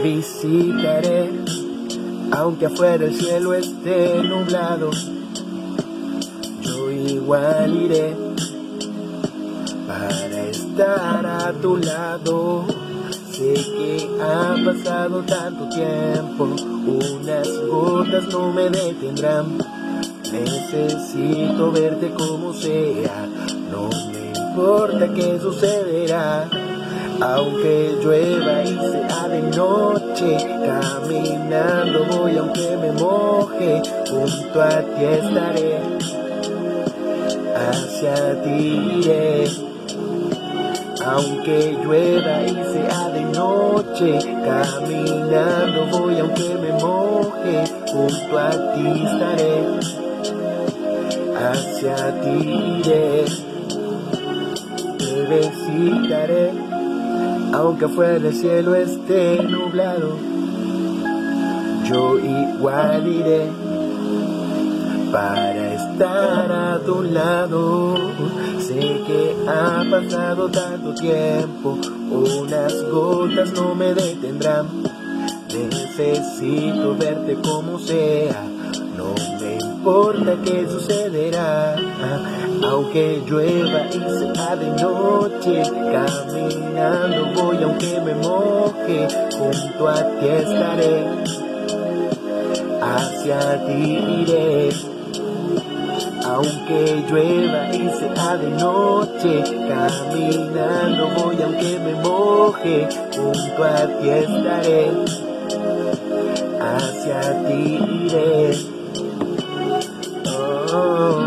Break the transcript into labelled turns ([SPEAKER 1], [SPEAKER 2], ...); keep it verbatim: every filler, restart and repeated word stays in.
[SPEAKER 1] visitaré, aunque afuera el cielo esté nublado, yo igual iré para estar a tu lado. Sé que ha pasado tanto tiempo, unas gotas no me detendrán. Necesito verte como sea, no me importa qué sucederá. Aunque llueva y sea de noche, caminando voy aunque me moje, junto a ti estaré, hacia ti iré. Aunque llueva y sea de noche, caminando voy aunque me moje, junto a ti estaré, hacia ti iré. Te visitaré, aunque afuera el cielo esté nublado, yo igual iré para estar a tu lado. Sé que ha pasado tanto tiempo, unas gotas no me detendrán. Necesito verte como sea, no me importa qué sucederá. Aunque llueva y sea de noche, caminando voy aunque me moje, junto a ti estaré, hacia ti iré. Aunque llueva y sea de noche, caminando voy aunque me moje, junto a ti estaré, hacia ti iré. Oh.